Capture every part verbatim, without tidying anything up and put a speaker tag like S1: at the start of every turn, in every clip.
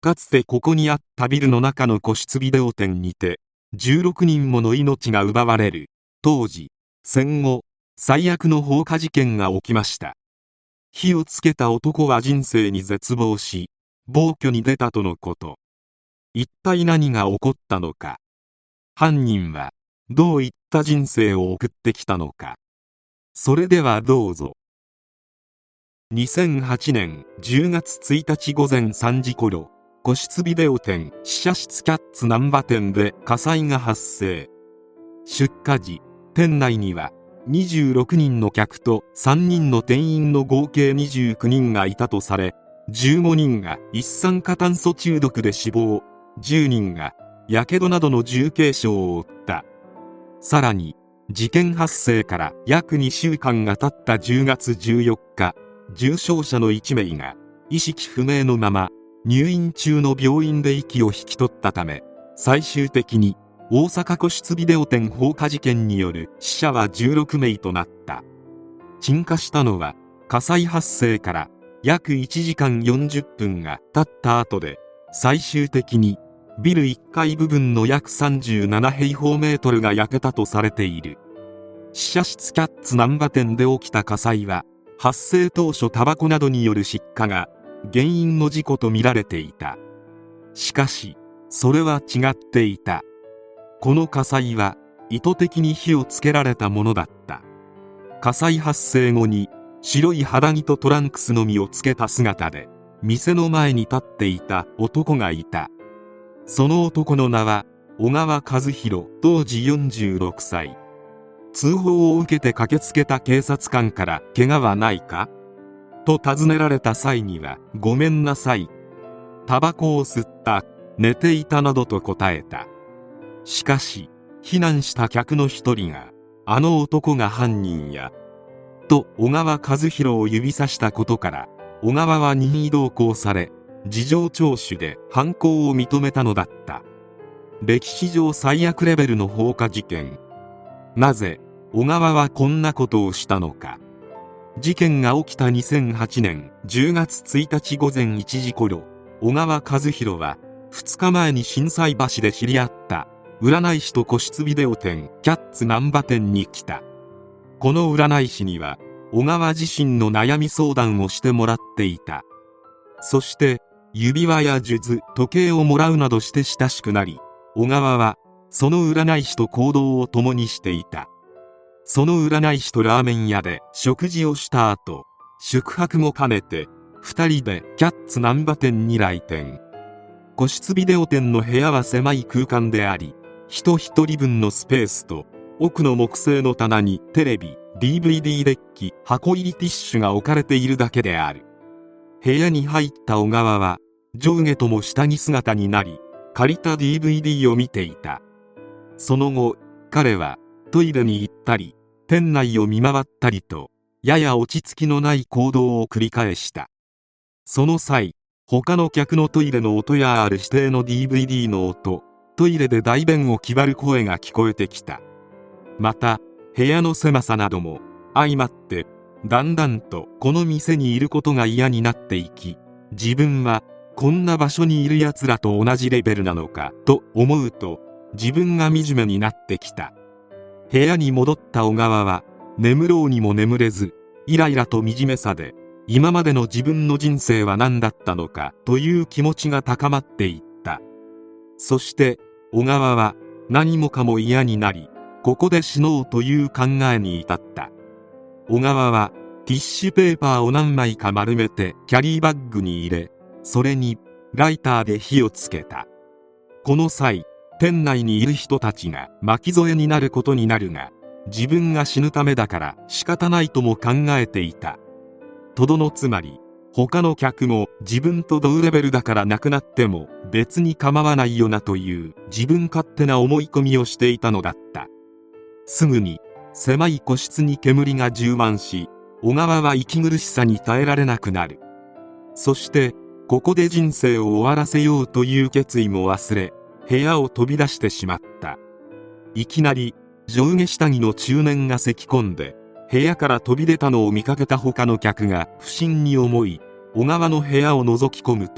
S1: かつてここにあったビルの中の個室ビデオ店にてじゅうろくにんもの命が奪われる当時戦後最悪の放火事件が起きました。火をつけた男は人生に絶望し暴挙に出たとのこと。一体何が起こったのか、犯人はどういった人生を送ってきたのか。それではどうぞ。にせんはちねんじゅうがつついたち午前さんじ頃、個室ビデオ店試写室キャッツ難波店で火災が発生。出火時、店内にはにじゅうろくにんの客とさんにんの店員の合計にじゅうきゅうにんがいたとされ、じゅうごにんが一酸化炭素中毒で死亡、じゅうにんがやけどなどの重軽傷を負った。さらに事件発生から約にしゅうかんが経ったじゅうがつじゅうよっか、重傷者のいちめいが意識不明のまま入院中の病院で息を引き取ったため、最終的に大阪個室ビデオ店放火事件による死者はじゅうろくめいとなった。鎮火したのは火災発生から約いちじかんよんじゅっぷんが経った後で、最終的にビルいっかい部分の約さんじゅうななへいほうメートルが焼けたとされている。試写室キャッツ難波店で起きた火災は発生当初タバコなどによる失火が原因の事故とみられていた。しかしそれは違っていた。この火災は意図的に火をつけられたものだった。火災発生後に白い肌着とトランクスのみをつけた姿で店の前に立っていた男がいた。その男の名は小川和弘、当時よんじゅうろくさい。通報を受けて駆けつけた警察官から怪我はないかと尋ねられた際には、ごめんなさい、タバコを吸った、寝ていたなどと答えた。しかし避難した客の一人が、あの男が犯人やと小川和弘を指さしたことから、小川は任意同行され事情聴取で犯行を認めたのだった。歴史上最悪レベルの放火事件。なぜ小川はこんなことをしたのか。事件が起きたにせんはちねんじゅうがつついたち午前いちじ頃、小川和弘はふつかまえに心斎橋で知り合った占い師と個室ビデオ店キャッツ難波店に来た。この占い師には小川自身の悩み相談をしてもらっていた。そして指輪や数珠、時計をもらうなどして親しくなり、小川はその占い師と行動を共にしていた。その占い師とラーメン屋で食事をした後、宿泊も兼ねてふたりでキャッツ難波店に来店。個室ビデオ店の部屋は狭い空間であり、人一人分のスペースと奥の木製の棚にテレビ、ディーブイディー デッキ、箱入りティッシュが置かれているだけである。部屋に入った小川は上下とも下着姿になり、借りた ディーブイディー を見ていた。その後彼はトイレに行ったり店内を見回ったりと、やや落ち着きのない行動を繰り返した。その際、他の客のトイレの音やある指定の ディーブイディー の音、トイレで大便を気張る声が聞こえてきた。また部屋の狭さなども相まって、だんだんとこの店にいることが嫌になっていき、自分はこんな場所にいる奴らと同じレベルなのかと思うと、自分が惨めになってきた。部屋に戻った小川は眠ろうにも眠れず、イライラと惨めさで今までの自分の人生は何だったのかという気持ちが高まっていった。そして小川は何もかも嫌になり、ここで死のうという考えに至った。小川はティッシュペーパーを何枚か丸めてキャリーバッグに入れ、それにライターで火をつけた。この際、店内にいる人たちが巻き添えになることになるが、自分が死ぬためだから仕方ないとも考えていた。とどのつまり、他の客も自分と同レベルだから亡くなっても別に構わないよなという自分勝手な思い込みをしていたのだった。すぐに狭い個室に煙が充満し、小川は息苦しさに耐えられなくなる。そしてここで人生を終わらせようという決意も忘れ、部屋を飛び出してしまった。いきなり上下下着の中年が咳き込んで部屋から飛び出たのを見かけた他の客が不審に思い、小川の部屋を覗き込むと、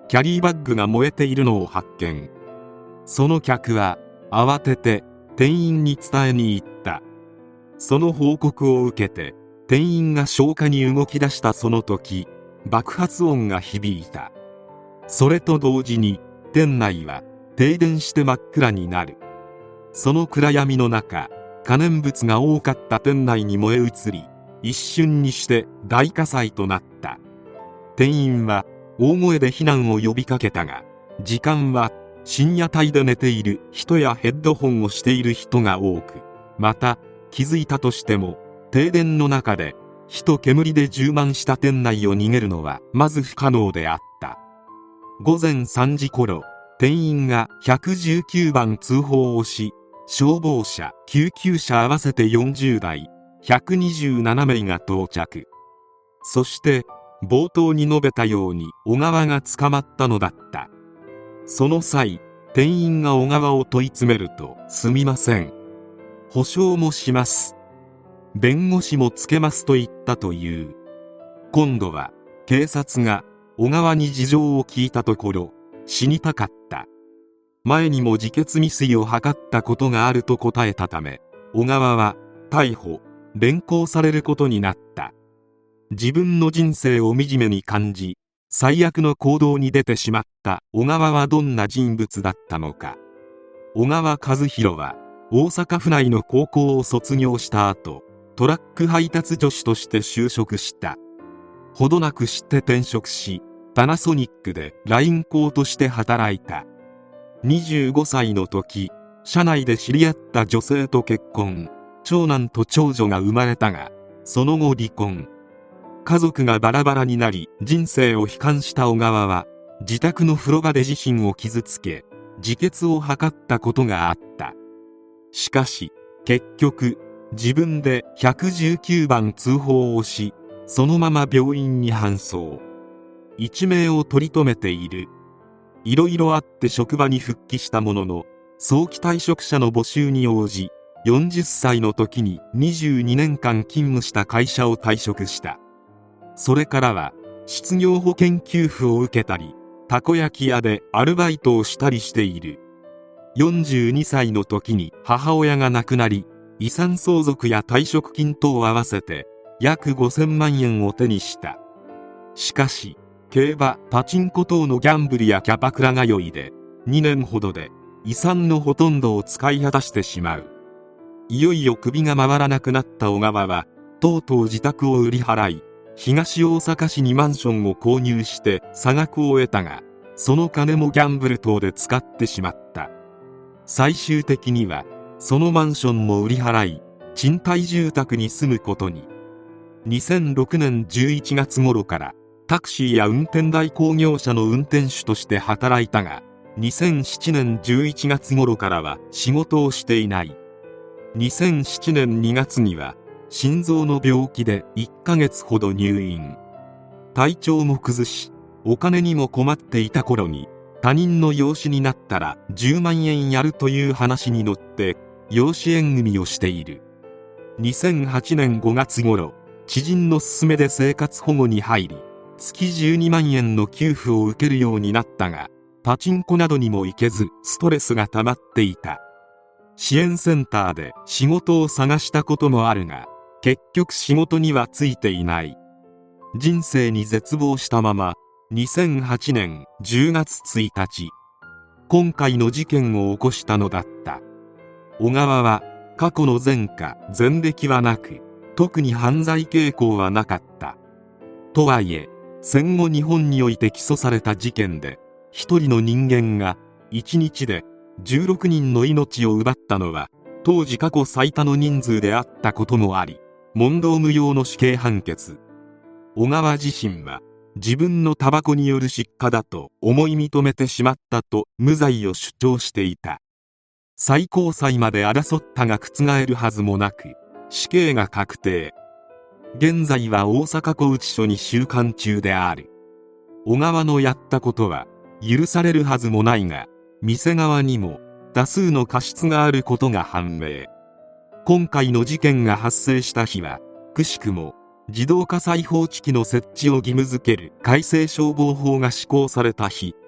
S1: キャリーバッグが燃えているのを発見。その客は慌てて店員に伝えに行った。その報告を受けて店員が消火に動き出したその時、爆発音が響いた。それと同時に店内は停電して真っ暗になる。その暗闇の中、可燃物が多かった店内に燃え移り、一瞬にして大火災となった。店員は大声で避難を呼びかけたが、時間は深夜帯で寝ている人やヘッドホンをしている人が多く、また気づいたとしても停電の中で火と煙で充満した店内を逃げるのはまず不可能であった。ごぜんさんじ頃、店員がひゃくじゅうきゅうばん通報をし、消防車、救急車合わせてよんじゅうだい、ひゃくにじゅうななめいが到着。そして冒頭に述べたように小川が捕まったのだった。その際、店員が小川を問い詰めると、すみません、保証もします、弁護士もつけますと言ったという。今度は警察が小川に事情を聞いたところ、死にたかった、前にも自決未遂を図ったことがあると答えたため、小川は逮捕・連行されることになった。自分の人生を惨めに感じ、最悪の行動に出てしまった小川はどんな人物だったのか。小川和弘は大阪府内の高校を卒業した後、トラック配達助手として就職した。ほどなくして転職し、パナソニックでライン工として働いた。にじゅうごさいの時、社内で知り合った女性と結婚、長男と長女が生まれたが、その後離婚。家族がバラバラになり、人生を悲観した小川は自宅の風呂場で自身を傷つけ、自決を図ったことがあった。しかし結局、自分でひゃくじゅうきゅうばん通報をし、そのまま病院に搬送。一命を取り留めている。いろいろあって職場に復帰したものの、早期退職者の募集に応じ、よんじゅっさいの時ににじゅうにねんかん勤務した会社を退職した。それからは失業保険給付を受けたり、たこ焼き屋でアルバイトをしたりしている。よんじゅうにさいの時に母親が亡くなり、遺産相続や退職金等合わせて約ごせんまんえんを手にした。しかし競馬、パチンコ等のギャンブルやキャバクラ通いでにねんほどで遺産のほとんどを使い果たしてしまう。いよいよ首が回らなくなった小川は、とうとう自宅を売り払い、東大阪市にマンションを購入して差額を得たが、その金もギャンブル等で使ってしまった。最終的にはそのマンションも売り払い、賃貸住宅に住むことに。にせんろくねんじゅういちがつ頃からタクシーや運転代行業者の運転手として働いたが、にせんななねんじゅういちがつ頃からは仕事をしていない。にせんななねんにがつには心臓の病気でいっかげつほど入院。体調も崩し、お金にも困っていた頃に、他人の養子になったらじゅうまんえんやるという話に乗って養子縁組をしている。にせんはちねんごがつ頃、知人の勧めで生活保護に入り、月じゅうにまんえんの給付を受けるようになったが、パチンコなどにも行けずストレスが溜まっていた。支援センターで仕事を探したこともあるが、結局仕事にはついていない。人生に絶望したまま、にせんはちねんじゅうがつついたち、今回の事件を起こしたのだった。小川は過去の前科前歴はなく、特に犯罪傾向はなかった。とはいえ、戦後日本において起訴された事件で、一人の人間がいちにちでじゅうろくにんの命を奪ったのは当時過去最多の人数であったこともあり、問答無用の死刑判決。小川自身は自分のタバコによる失火だと思い認めてしまったと無罪を主張していた。最高裁まで争ったが覆るはずもなく、死刑が確定。現在は大阪拘置所に収監中である。小川のやったことは許されるはずもないが、店側にも多数の過失があることが判明。今回の事件が発生した日はくしくも自動火災報知器の設置を義務付ける改正消防法が施行された日。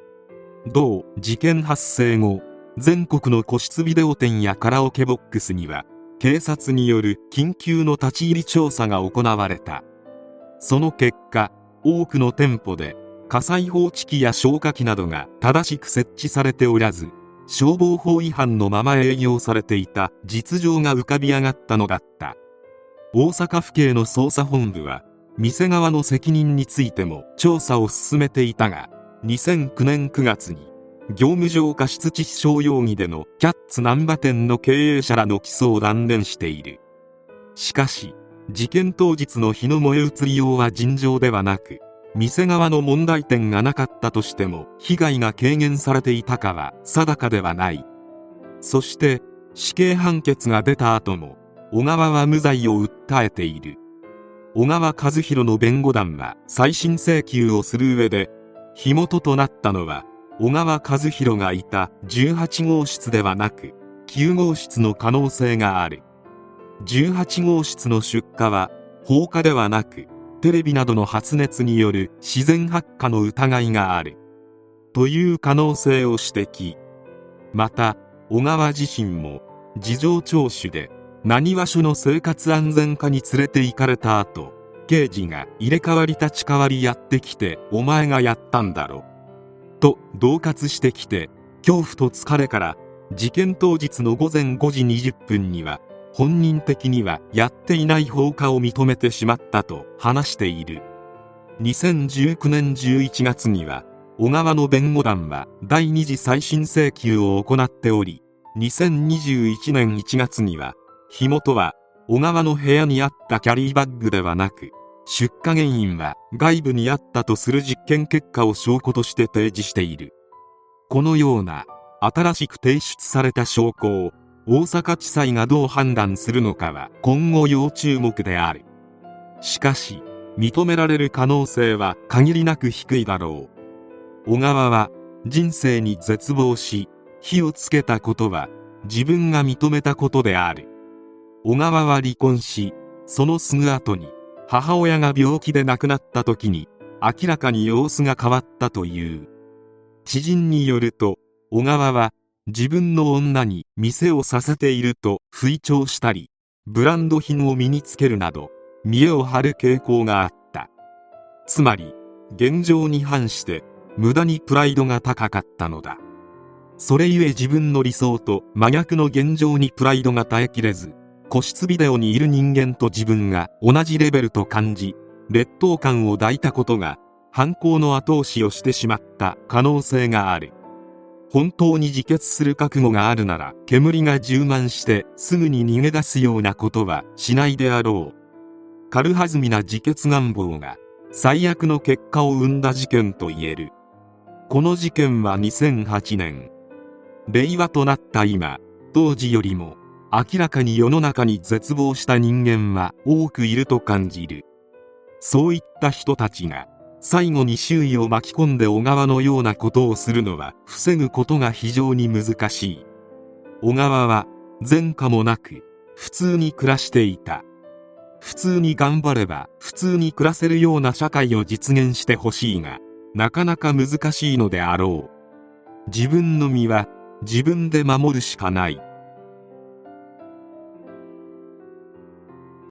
S1: 同事件発生後、全国の個室ビデオ店やカラオケボックスには警察による緊急の立ち入り調査が行われた。その結果、多くの店舗で火災報知器や消火器などが正しく設置されておらず、消防法違反のまま営業されていた実情が浮かび上がったのだった。大阪府警の捜査本部は店側の責任についても調査を進めていたが、にせんきゅうねんくがつに業務上過失致死傷容疑でのキャッツ難波店の経営者らの起訴を断念している。しかし、事件当日の火の燃え移りようは尋常ではなく、店側の問題点がなかったとしても被害が軽減されていたかは定かではない。そして死刑判決が出た後も小川は無罪を訴えている。小川和弘の弁護団は再審請求をする上で、火元となったのは小川和弘がいたじゅうはちごう室ではなくきゅうごう室の可能性がある。じゅうはちごう室の出火は放火ではなく、テレビなどの発熱による自然発火の疑いがあるという可能性を指摘。また小川自身も事情聴取で、浪速署の生活安全課に連れて行かれた後、刑事が入れ替わり立ち替わりやってきてお前がやったんだろと恫喝してきて、恐怖と疲れから事件当日のごぜんごじにじゅっぷんには本人的にはやっていない放火を認めてしまったと話している。にせんじゅうきゅうねんじゅういちがつには小川の弁護団はだいに次再審請求を行っており、にせんにじゅういちねんいちがつには火元は小川の部屋にあったキャリーバッグではなく、出火原因は外部にあったとする実験結果を証拠として提示している。このような新しく提出された証拠を大阪地裁がどう判断するのかは今後要注目である。しかし認められる可能性は限りなく低いだろう。小川は人生に絶望し火をつけたことは自分が認めたことである。小川は離婚し、そのすぐ後に母親が病気で亡くなった時に明らかに様子が変わったという。知人によると、小川は自分の女に店をさせていると吹聴したり、ブランド品を身につけるなど見栄を張る傾向があった。つまり現状に反して無駄にプライドが高かったのだ。それゆえ自分の理想と真逆の現状にプライドが耐えきれず、個室ビデオにいる人間と自分が同じレベルと感じ、劣等感を抱いたことが犯行の後押しをしてしまった可能性がある。本当に自決する覚悟があるなら、煙が充満してすぐに逃げ出すようなことはしないであろう。軽はずみな自決願望が最悪の結果を生んだ事件と言える。この事件はにせんはちねん、令和となった今、当時よりも明らかに世の中に絶望した人間は多くいると感じる。そういった人たちが最後に周囲を巻き込んで小川のようなことをするのは防ぐことが非常に難しい。小川は前科もなく普通に暮らしていた。普通に頑張れば普通に暮らせるような社会を実現してほしいが、なかなか難しいのであろう。自分の身は自分で守るしかない。